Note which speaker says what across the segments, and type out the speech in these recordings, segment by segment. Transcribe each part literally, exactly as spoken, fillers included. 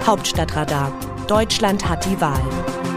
Speaker 1: Hauptstadtradar. Deutschland hat die Wahl.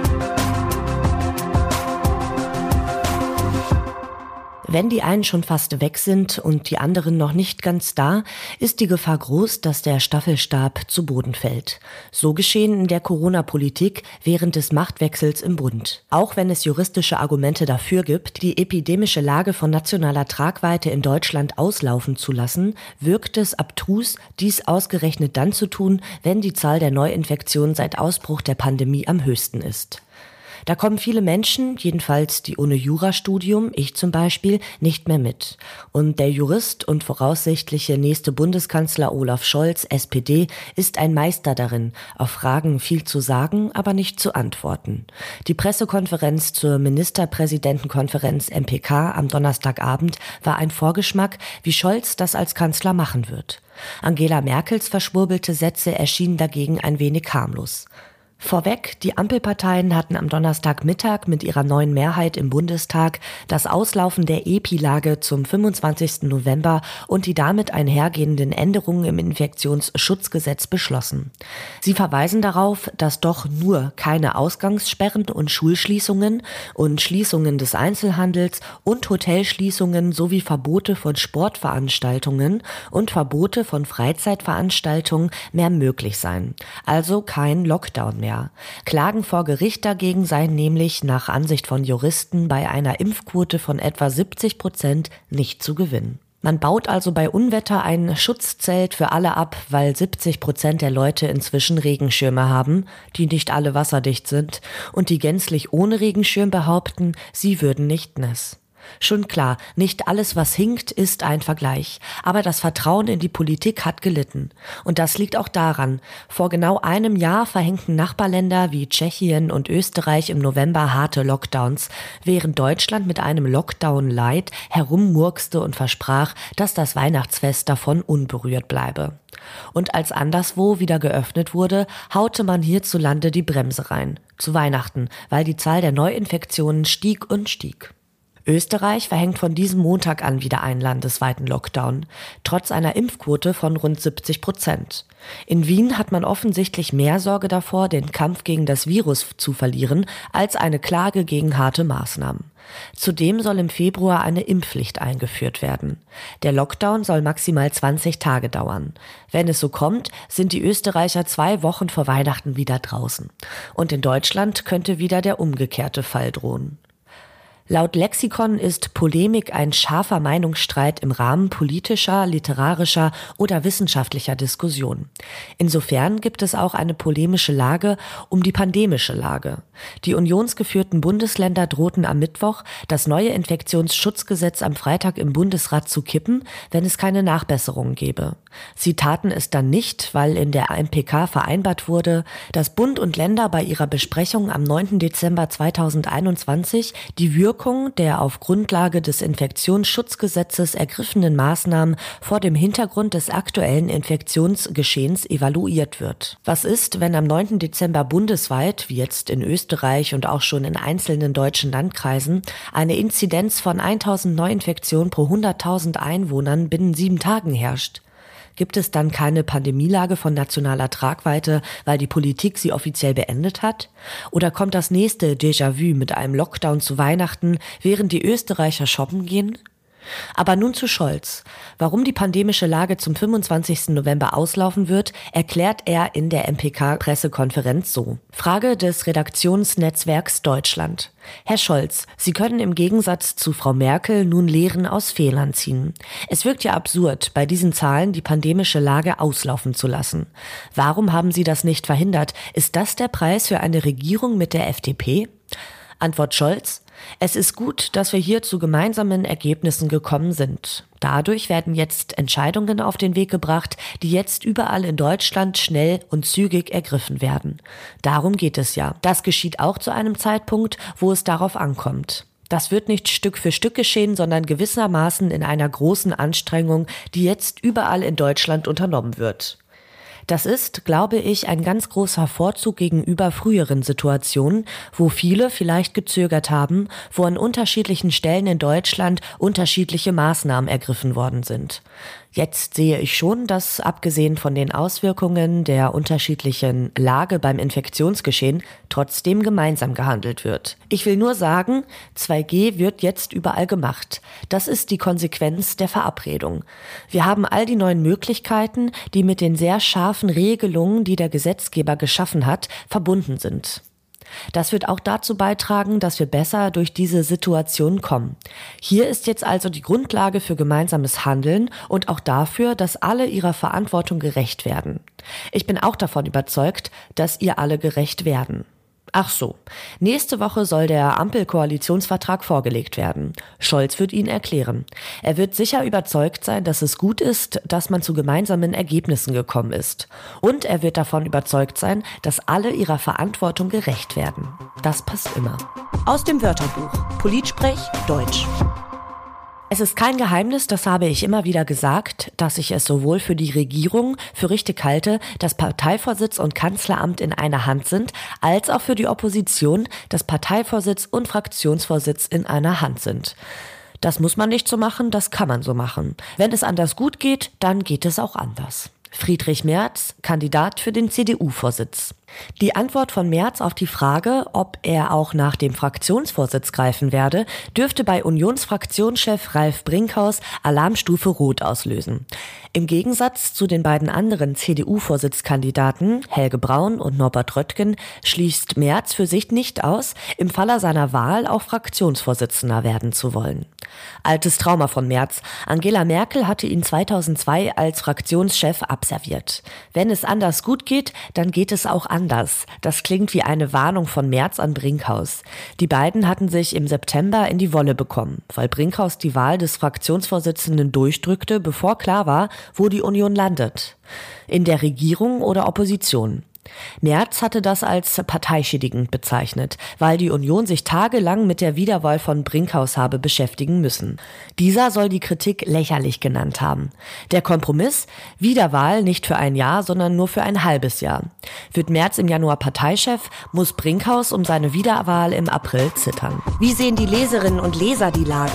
Speaker 1: Wenn die einen schon fast weg sind und die anderen noch nicht ganz da, ist die Gefahr groß, dass der Staffelstab zu Boden fällt. So geschehen in der Corona-Politik während des Machtwechsels im Bund. Auch wenn es juristische Argumente dafür gibt, die epidemische Lage von nationaler Tragweite in Deutschland auslaufen zu lassen, wirkt es abstrus, dies ausgerechnet dann zu tun, wenn die Zahl der Neuinfektionen seit Ausbruch der Pandemie am höchsten ist. Da kommen viele Menschen, jedenfalls die ohne Jurastudium, ich zum Beispiel, nicht mehr mit. Und der Jurist und voraussichtliche nächste Bundeskanzler Olaf Scholz, S P D, ist ein Meister darin, auf Fragen viel zu sagen, aber nicht zu antworten. Die Pressekonferenz zur Ministerpräsidentenkonferenz M P K am Donnerstagabend war ein Vorgeschmack, wie Scholz das als Kanzler machen wird. Angela Merkels verschwurbelte Sätze erschienen dagegen ein wenig harmlos. Vorweg, die Ampelparteien hatten am Donnerstagmittag mit ihrer neuen Mehrheit im Bundestag das Auslaufen der Epi-Lage zum fünfundzwanzigsten November und die damit einhergehenden Änderungen im Infektionsschutzgesetz beschlossen. Sie verweisen darauf, dass doch nur keine Ausgangssperren und Schulschließungen und Schließungen des Einzelhandels und Hotelschließungen sowie Verbote von Sportveranstaltungen und Verbote von Freizeitveranstaltungen mehr möglich seien. Also kein Lockdown mehr. Klagen vor Gericht dagegen seien nämlich nach Ansicht von Juristen bei einer Impfquote von etwa siebzig Prozent nicht zu gewinnen. Man baut also bei Unwetter ein Schutzzelt für alle ab, weil siebzig Prozent der Leute inzwischen Regenschirme haben, die nicht alle wasserdicht sind, und die gänzlich ohne Regenschirm behaupten, sie würden nicht nass. Schon klar, nicht alles, was hinkt, ist ein Vergleich. Aber das Vertrauen in die Politik hat gelitten. Und das liegt auch daran, vor genau einem Jahr verhängten Nachbarländer wie Tschechien und Österreich im November harte Lockdowns, während Deutschland mit einem Lockdown-Light herummurkste und versprach, dass das Weihnachtsfest davon unberührt bleibe. Und als anderswo wieder geöffnet wurde, haute man hierzulande die Bremse rein. Zu Weihnachten, weil die Zahl der Neuinfektionen stieg und stieg. Österreich verhängt von diesem Montag an wieder einen landesweiten Lockdown, trotz einer Impfquote von rund siebzig Prozent. In Wien hat man offensichtlich mehr Sorge davor, den Kampf gegen das Virus zu verlieren, als eine Klage gegen harte Maßnahmen. Zudem soll im Februar eine Impfpflicht eingeführt werden. Der Lockdown soll maximal zwanzig Tage dauern. Wenn es so kommt, sind die Österreicher zwei Wochen vor Weihnachten wieder draußen. Und in Deutschland könnte wieder der umgekehrte Fall drohen. Laut Lexikon ist Polemik ein scharfer Meinungsstreit im Rahmen politischer, literarischer oder wissenschaftlicher Diskussion. Insofern gibt es auch eine polemische Lage um die pandemische Lage. Die unionsgeführten Bundesländer drohten am Mittwoch, das neue Infektionsschutzgesetz am Freitag im Bundesrat zu kippen, wenn es keine Nachbesserungen gäbe. Sie taten es dann nicht, weil in der M P K vereinbart wurde, dass Bund und Länder bei ihrer Besprechung am neunten Dezember zweitausendeinundzwanzig die Wirkung der auf Grundlage des Infektionsschutzgesetzes ergriffenen Maßnahmen vor dem Hintergrund des aktuellen Infektionsgeschehens evaluiert wird. Was ist, wenn am neunten Dezember bundesweit, wie jetzt in Österreich und auch schon in einzelnen deutschen Landkreisen, eine Inzidenz von tausend Neuinfektionen pro hunderttausend Einwohnern binnen sieben Tagen herrscht? Gibt es dann keine Pandemielage von nationaler Tragweite, weil die Politik sie offiziell beendet hat? Oder kommt das nächste Déjà-vu mit einem Lockdown zu Weihnachten, während die Österreicher shoppen gehen? Aber nun zu Scholz. Warum die pandemische Lage zum fünfundzwanzigsten November auslaufen wird, erklärt er in der M P K-Pressekonferenz so. Frage des Redaktionsnetzwerks Deutschland. Herr Scholz, Sie können im Gegensatz zu Frau Merkel nun Lehren aus Fehlern ziehen. Es wirkt ja absurd, bei diesen Zahlen die pandemische Lage auslaufen zu lassen. Warum haben Sie das nicht verhindert? Ist das der Preis für eine Regierung mit der F D P? Antwort Scholz: Es ist gut, dass wir hier zu gemeinsamen Ergebnissen gekommen sind. Dadurch werden jetzt Entscheidungen auf den Weg gebracht, die jetzt überall in Deutschland schnell und zügig ergriffen werden. Darum geht es ja. Das geschieht auch zu einem Zeitpunkt, wo es darauf ankommt. Das wird nicht Stück für Stück geschehen, sondern gewissermaßen in einer großen Anstrengung, die jetzt überall in Deutschland unternommen wird. Das ist, glaube ich, ein ganz großer Vorzug gegenüber früheren Situationen, wo viele vielleicht gezögert haben, wo an unterschiedlichen Stellen in Deutschland unterschiedliche Maßnahmen ergriffen worden sind. Jetzt sehe ich schon, dass abgesehen von den Auswirkungen der unterschiedlichen Lage beim Infektionsgeschehen trotzdem gemeinsam gehandelt wird. Ich will nur sagen, zwei G wird jetzt überall gemacht. Das ist die Konsequenz der Verabredung. Wir haben all die neuen Möglichkeiten, die mit den sehr scharfen Regelungen, die der Gesetzgeber geschaffen hat, verbunden sind. Das wird auch dazu beitragen, dass wir besser durch diese Situation kommen. Hier ist jetzt also die Grundlage für gemeinsames Handeln und auch dafür, dass alle ihrer Verantwortung gerecht werden. Ich bin auch davon überzeugt, dass ihr alle gerecht werden. Ach so, nächste Woche soll der Ampel-Koalitionsvertrag vorgelegt werden. Scholz wird ihn erklären. Er wird sicher überzeugt sein, dass es gut ist, dass man zu gemeinsamen Ergebnissen gekommen ist. Und er wird davon überzeugt sein, dass alle ihrer Verantwortung gerecht werden. Das passt immer. Aus dem Wörterbuch. Politsprech Deutsch. Es ist kein Geheimnis, das habe ich immer wieder gesagt, dass ich es sowohl für die Regierung für richtig halte, dass Parteivorsitz und Kanzleramt in einer Hand sind, als auch für die Opposition, dass Parteivorsitz und Fraktionsvorsitz in einer Hand sind. Das muss man nicht so machen, das kann man so machen. Wenn es anders gut geht, dann geht es auch anders. Friedrich Merz, Kandidat für den C D U-Vorsitz. Die Antwort von Merz auf die Frage, ob er auch nach dem Fraktionsvorsitz greifen werde, dürfte bei Unionsfraktionschef Ralf Brinkhaus Alarmstufe Rot auslösen. Im Gegensatz zu den beiden anderen C D U-Vorsitzkandidaten, Helge Braun und Norbert Röttgen, schließt Merz für sich nicht aus, im Falle seiner Wahl auch Fraktionsvorsitzender werden zu wollen. Altes Trauma von Merz. Angela Merkel hatte ihn zweitausendzwei als Fraktionschef abserviert. Wenn es anders gut geht, dann geht es auch anders. Das klingt wie eine Warnung von Merz an Brinkhaus. Die beiden hatten sich im September in die Wolle bekommen, weil Brinkhaus die Wahl des Fraktionsvorsitzenden durchdrückte, bevor klar war, wo die Union landet. In der Regierung oder Opposition. Merz hatte das als parteischädigend bezeichnet, weil die Union sich tagelang mit der Wiederwahl von Brinkhaus habe beschäftigen müssen. Dieser soll die Kritik lächerlich genannt haben. Der Kompromiss? Wiederwahl nicht für ein Jahr, sondern nur für ein halbes Jahr. Wird Merz im Januar Parteichef, muss Brinkhaus um seine Wiederwahl im April zittern. Wie sehen die Leserinnen und Leser die Lage?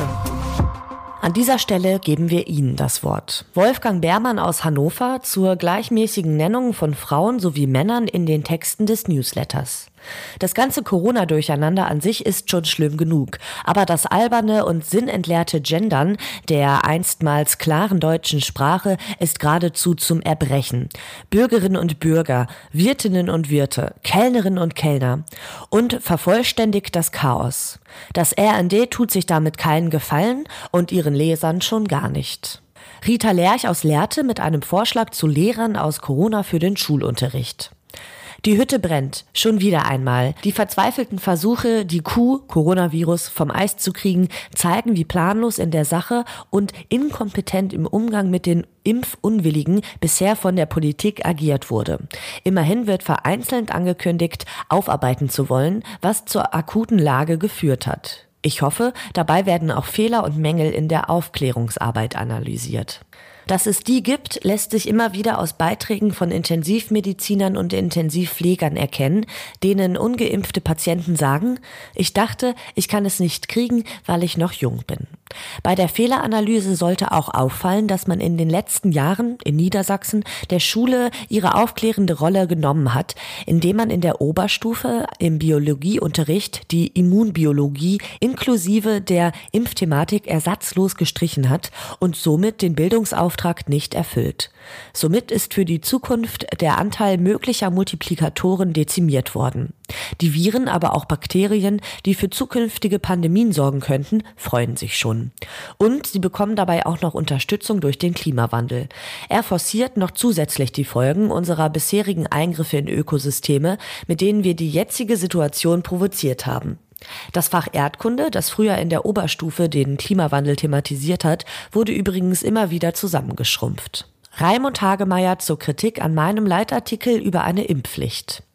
Speaker 1: An dieser Stelle geben wir Ihnen das Wort. Wolfgang Beermann aus Hannover zur gleichmäßigen Nennung von Frauen sowie Männern in den Texten des Newsletters. Das ganze Corona-Durcheinander an sich ist schon schlimm genug, aber das alberne und sinnentleerte Gendern der einstmals klaren deutschen Sprache ist geradezu zum Erbrechen. Bürgerinnen und Bürger, Wirtinnen und Wirte, Kellnerinnen und Kellner und vervollständigt das Chaos. Das R N D tut sich damit keinen Gefallen und ihren Lesern schon gar nicht. Rita Lerch aus Lehrte mit einem Vorschlag zu Lehrern aus Corona für den Schulunterricht. Die Hütte brennt, schon wieder einmal. Die verzweifelten Versuche, die Kuh, Coronavirus, vom Eis zu kriegen, zeigen, wie planlos in der Sache und inkompetent im Umgang mit den Impfunwilligen bisher von der Politik agiert wurde. Immerhin wird vereinzelt angekündigt, aufarbeiten zu wollen, was zur akuten Lage geführt hat. Ich hoffe, dabei werden auch Fehler und Mängel in der Aufklärungsarbeit analysiert. Dass es die gibt, lässt sich immer wieder aus Beiträgen von Intensivmedizinern und Intensivpflegern erkennen, denen ungeimpfte Patienten sagen, ich dachte, ich kann es nicht kriegen, weil ich noch jung bin. Bei der Fehleranalyse sollte auch auffallen, dass man in den letzten Jahren in Niedersachsen der Schule ihre aufklärende Rolle genommen hat, indem man in der Oberstufe im Biologieunterricht die Immunbiologie inklusive der Impfthematik ersatzlos gestrichen hat und somit den Bildungsauftrag nicht erfüllt. Somit ist für die Zukunft der Anteil möglicher Multiplikatoren dezimiert worden. Die Viren, aber auch Bakterien, die für zukünftige Pandemien sorgen könnten, freuen sich schon. Und sie bekommen dabei auch noch Unterstützung durch den Klimawandel. Er forciert noch zusätzlich die Folgen unserer bisherigen Eingriffe in Ökosysteme, mit denen wir die jetzige Situation provoziert haben. Das Fach Erdkunde, das früher in der Oberstufe den Klimawandel thematisiert hat, wurde übrigens immer wieder zusammengeschrumpft. Raimund Hagemeyer zur Kritik an meinem Leitartikel über eine Impfpflicht.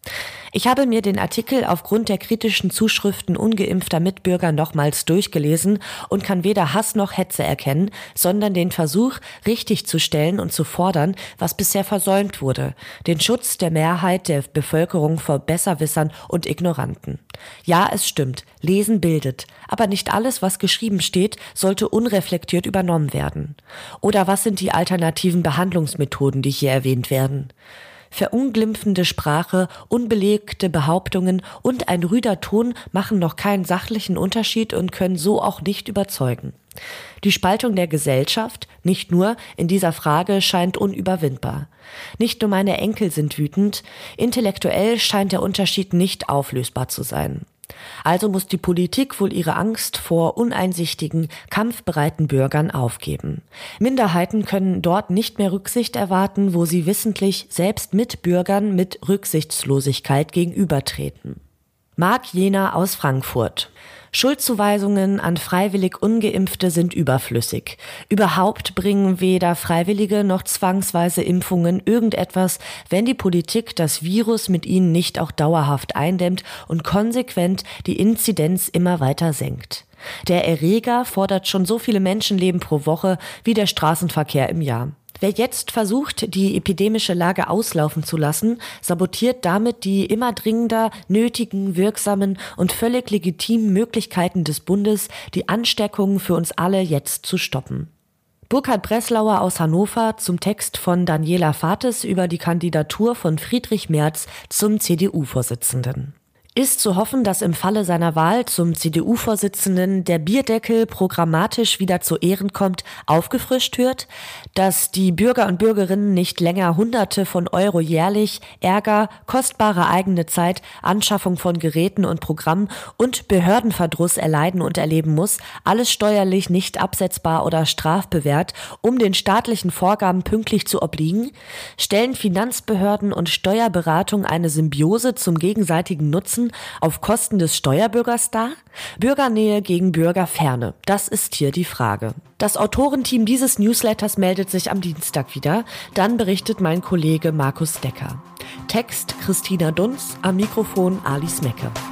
Speaker 1: Ich habe mir den Artikel aufgrund der kritischen Zuschriften ungeimpfter Mitbürger nochmals durchgelesen und kann weder Hass noch Hetze erkennen, sondern den Versuch, richtig zu stellen und zu fordern, was bisher versäumt wurde, den Schutz der Mehrheit der Bevölkerung vor Besserwissern und Ignoranten. Ja, es stimmt, Lesen bildet, aber nicht alles, was geschrieben steht, sollte unreflektiert übernommen werden. Oder was sind die alternativen Behandlungsmethoden, die hier erwähnt werden? Verunglimpfende Sprache, unbelegte Behauptungen und ein rüder Ton machen noch keinen sachlichen Unterschied und können so auch nicht überzeugen. Die Spaltung der Gesellschaft, nicht nur in dieser Frage, scheint unüberwindbar. Nicht nur meine Enkel sind wütend, intellektuell scheint der Unterschied nicht auflösbar zu sein. Also muss die Politik wohl ihre Angst vor uneinsichtigen, kampfbereiten Bürgern aufgeben. Minderheiten können dort nicht mehr Rücksicht erwarten, wo sie wissentlich selbst Mitbürgern mit Rücksichtslosigkeit gegenübertreten. Marc Jena aus Frankfurt. Schuldzuweisungen an freiwillig Ungeimpfte sind überflüssig. Überhaupt bringen weder freiwillige noch zwangsweise Impfungen irgendetwas, wenn die Politik das Virus mit ihnen nicht auch dauerhaft eindämmt und konsequent die Inzidenz immer weiter senkt. Der Erreger fordert schon so viele Menschenleben pro Woche wie der Straßenverkehr im Jahr. Wer jetzt versucht, die epidemische Lage auslaufen zu lassen, sabotiert damit die immer dringender nötigen, wirksamen und völlig legitimen Möglichkeiten des Bundes, die Ansteckung für uns alle jetzt zu stoppen. Burkhard Breslauer aus Hannover zum Text von Daniela Fates über die Kandidatur von Friedrich Merz zum C D U-Vorsitzenden. Ist zu hoffen, dass im Falle seiner Wahl zum C D U-Vorsitzenden der Bierdeckel programmatisch wieder zu Ehren kommt, aufgefrischt wird, dass die Bürger und Bürgerinnen nicht länger Hunderte von Euro jährlich Ärger, kostbare eigene Zeit, Anschaffung von Geräten und Programmen und Behördenverdruss erleiden und erleben muss, alles steuerlich nicht absetzbar oder strafbewehrt, um den staatlichen Vorgaben pünktlich zu obliegen, stellen Finanzbehörden und Steuerberatung eine Symbiose zum gegenseitigen Nutzen auf Kosten des Steuerbürgers dar? Bürgernähe gegen Bürgerferne, das ist hier die Frage. Das Autorenteam dieses Newsletters meldet sich am Dienstag wieder, dann berichtet mein Kollege Markus Decker. Text Christina Dunz, am Mikrofon Alice Mecke.